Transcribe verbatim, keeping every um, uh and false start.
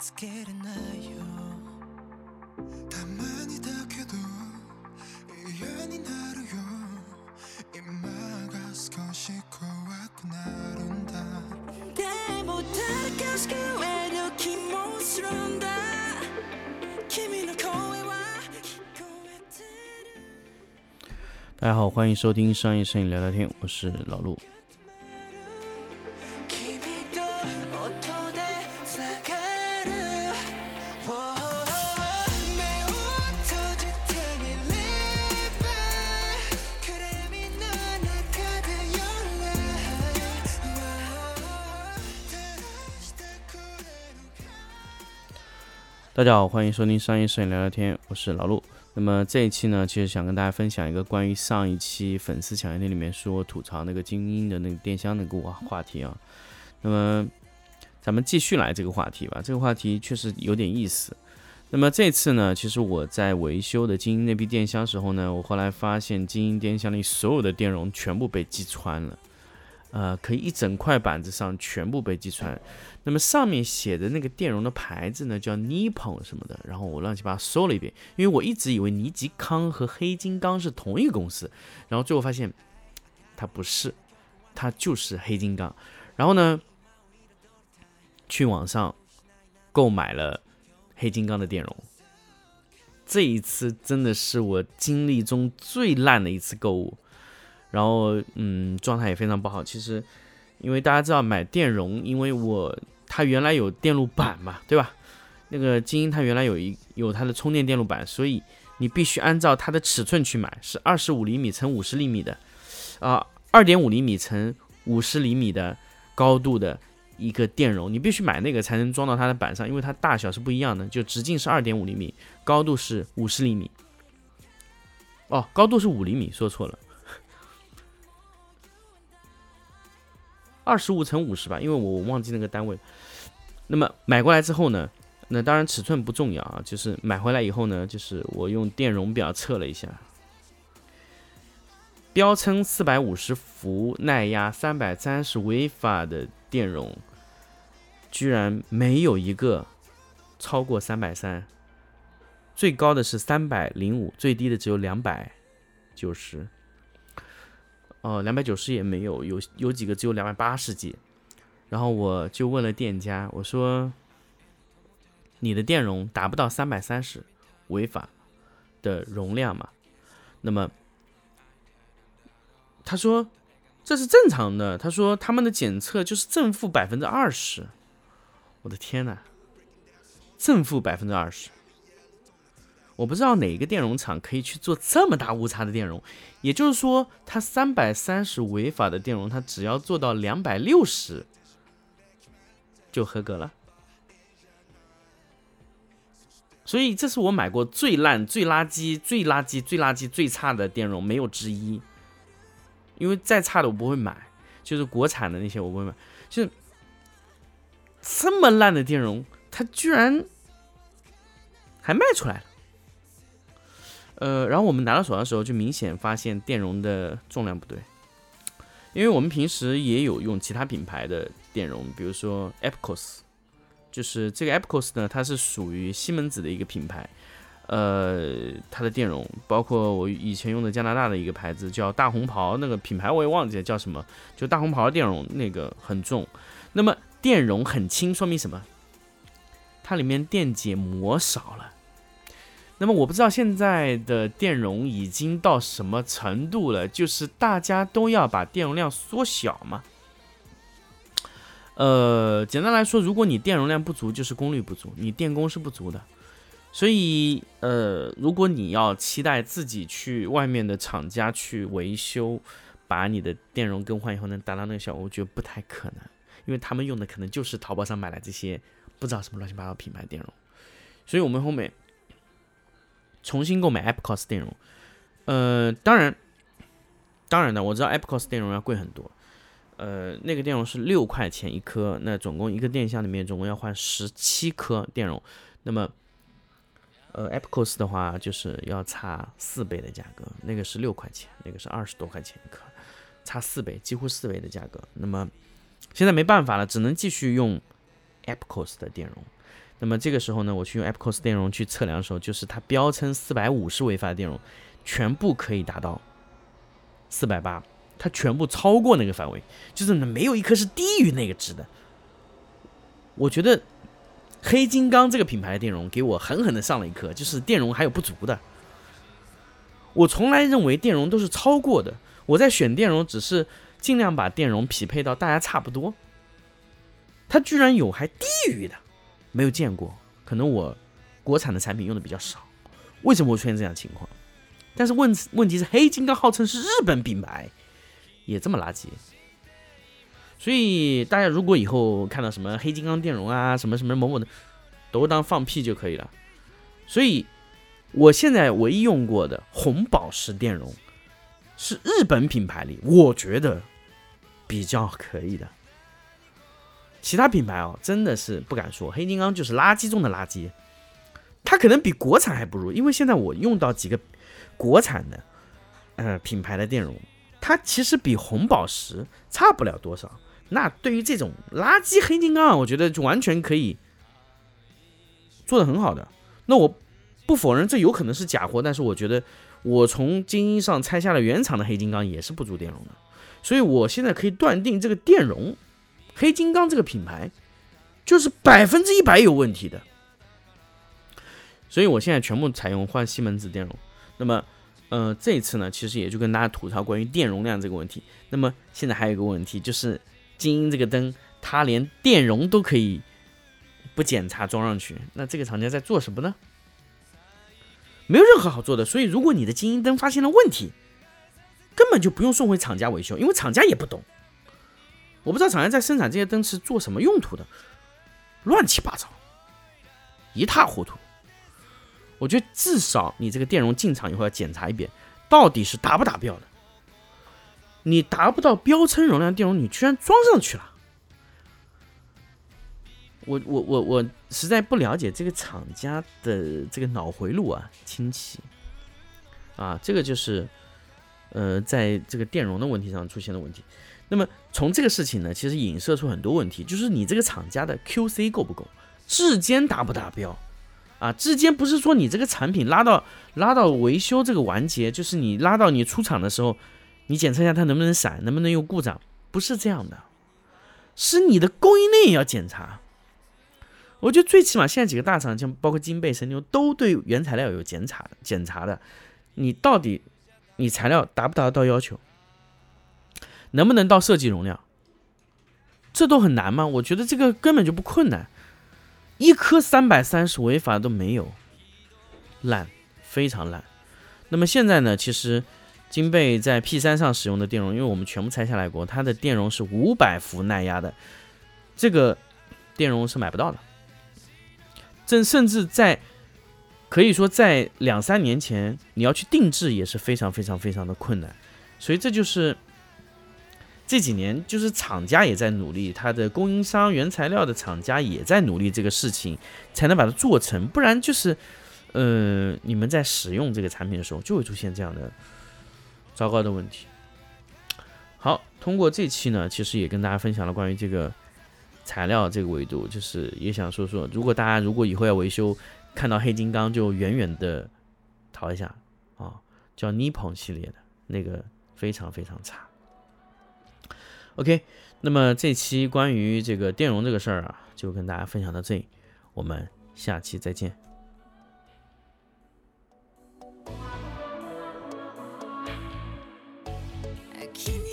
大家好，欢迎收听商业摄影聊聊天，我是老陆。大家好，欢迎收听商业摄影聊聊天，我是老陆。那么这一期呢，其实想跟大家分享一个关于上一期粉丝抢先听里面说吐槽那个精英的那个电箱那个话题啊。那么咱们继续来这个话题吧，这个话题确实有点意思。那么这次呢，其实我在维修的精英那批电箱时候呢，我后来发现精英电箱里所有的电容全部被击穿了。呃，可以一整块板子上全部被击穿，那么上面写的那个电容的牌子呢，叫 Nippon 什么的，然后我乱七八糟搜了一遍，因为我一直以为尼吉康和黑金刚是同一个公司，然后最后发现它不是，它就是黑金刚。然后呢，去网上购买了黑金刚的电容，这一次真的是我经历中最烂的一次购物。然后，嗯，状态也非常不好。其实，因为大家知道买电容，因为我它原来有电路板嘛，对吧？那个精英它原来有一有它的充电电路板，所以你必须按照它的尺寸去买，是二十五厘米乘五十厘米的，啊，二点五厘米乘五十厘米的高度的一个电容，你必须买那个才能装到它的板上，因为它大小是不一样的，就直径是二点五厘米，高度是五十厘米。哦，高度是五厘米，说错了。二十五乘五十吧，因为我忘记那个单位。那么买过来之后呢，那当然尺寸不重要啊，就是买回来以后呢，就是我用电容表测了一下，标称四百五十伏耐压三百三十微法的电容，居然没有一个超过三百三十，最高的是三百零五，最低的只有两百九十。哦，两百九十也没有，有有几个只有两百八十几。然后我就问了店家，我说：“你的电容达不到三百三十微法的容量嘛？”那么他说这是正常的，他说他们的检测就是正负百分之二十。我的天哪，正负百分之二十！我不知道哪一个电容厂可以去做这么大误差的电容，也就是说，它三百三十微法的电容，它只要做到两百六十就合格了。所以这是我买过最烂、最垃圾、最垃圾、最垃圾、最差的电容，没有之一。因为再差的我不会买，就是国产的那些我不会买。就是这么烂的电容，它居然还卖出来了。呃，然后我们拿到手上的时候，就明显发现电容的重量不对，因为我们平时也有用其他品牌的电容，比如说 Epicos， 就是这个 Epicos 呢，它是属于西门子的一个品牌，呃，它的电容包括我以前用的加拿大的一个牌子叫大红袍，那个品牌我也忘记了叫什么，就大红袍的电容那个很重，那么电容很轻，说明什么？它里面电解膜少了。那么我不知道现在的电容已经到什么程度了，就是大家都要把电容量缩小嘛。呃，简单来说，如果你电容量不足，就是功率不足，你电工是不足的。所以，呃，如果你要期待自己去外面的厂家去维修，把你的电容更换以后能达到那个效果，我觉得不太可能，因为他们用的可能就是淘宝上买来这些不知道什么乱七八糟品牌电容。所以我们后面重新购买 Epicos 电容，呃，当然，当然的，我知道 Epicos 电容要贵很多，呃，那个电容是六块钱一颗，那总共一个电箱里面总共要换十七颗电容，那么，呃 ，Epicos 的话就是要差四倍的价格，那个是六块钱，那个是二十多块钱一颗，差四倍，几乎四倍的价格。那么现在没办法了，只能继续用 A P C O S 的电容。那么这个时候呢，我去用 A P C O S 电容去测量的时候，就是它标称四百五十微法的电容，全部可以达到四百八十，它全部超过那个范围，就是没有一颗是低于那个值的。我觉得黑金刚这个品牌的电容给我狠狠的上了一课，就是电容还有不足的。我从来认为电容都是超过的，我在选电容只是尽量把电容匹配到大家差不多，它居然有还低于的，没有见过。可能我国产的产品用的比较少，为什么会出现这样的情况？但是 问, 问题是黑金刚号称是日本品牌，也这么垃圾。所以大家如果以后看到什么黑金刚电容啊，什么什么某某的，都当放屁就可以了。所以我现在唯一用过的红宝石电容是日本品牌里我觉得比较可以的，其他品牌哦真的是不敢说，黑金刚就是垃圾中的垃圾，它可能比国产还不如。因为现在我用到几个国产的呃品牌的电容，它其实比红宝石差不了多少。那对于这种垃圾黑金刚啊，我觉得就完全可以做得很好的。那我不否认这有可能是假货，但是我觉得我从精英上拆下了原厂的黑金刚也是不足电容的，所以我现在可以断定这个电容黑金刚这个品牌就是百分之一百有问题的。所以我现在全部采用换西门子电容。那么呃，这一次呢，其实也就跟大家吐槽关于电容量这个问题。那么现在还有一个问题，就是精英这个灯它连电容都可以不检查装上去，那这个厂家在做什么呢？没有任何好做的。所以如果你的精英灯发现了问题，根本就不用送回厂家维修，因为厂家也不懂。我不知道厂家在生产这些灯是做什么用途的，乱七八糟，一塌糊涂。我觉得至少你这个电容进厂以后要检查一遍，到底是达不达标的。你达不到标称容量电容，你居然装上去了。我我我我实在不了解这个厂家的这个脑回路啊，清奇啊，这个就是呃在这个电容的问题上出现的问题。那么从这个事情呢，其实影射出很多问题，就是你这个厂家的 Q C 够不够，质监达不达标啊？质监不是说你这个产品拉到拉到维修这个环节，就是你拉到你出厂的时候，你检测一下它能不能闪，能不能有故障，不是这样的，是你的供应链也要检查。我觉得最起码现在几个大厂，像包括金贝、神牛，都对原材料有检查的，检查的，你到底你材料达不达到要求，能不能到设计容量，这都很难吗？我觉得这个根本就不困难，一颗三百三十微法都没有，烂，非常烂。那么现在呢，其实金贝在 P 三 上使用的电容，因为我们全部拆下来过，它的电容是五百伏耐压的，这个电容是买不到的。这甚至在可以说在两三年前，你要去定制也是非常非常非常的困难。所以这就是这几年，就是厂家也在努力，它的供应商、原材料的厂家也在努力这个事情，才能把它做成。不然就是，呃，你们在使用这个产品的时候，就会出现这样的糟糕的问题。好，通过这期呢，其实也跟大家分享了关于这个材料这个维度，就是也想说说，如果大家如果以后要维修，看到黑金刚就远远的逃一下啊，叫 Nippon 系列的那个非常非常差。OK， 那么这期关于这个电容这个事儿啊，就跟大家分享到这里，我们下期再见。 I keep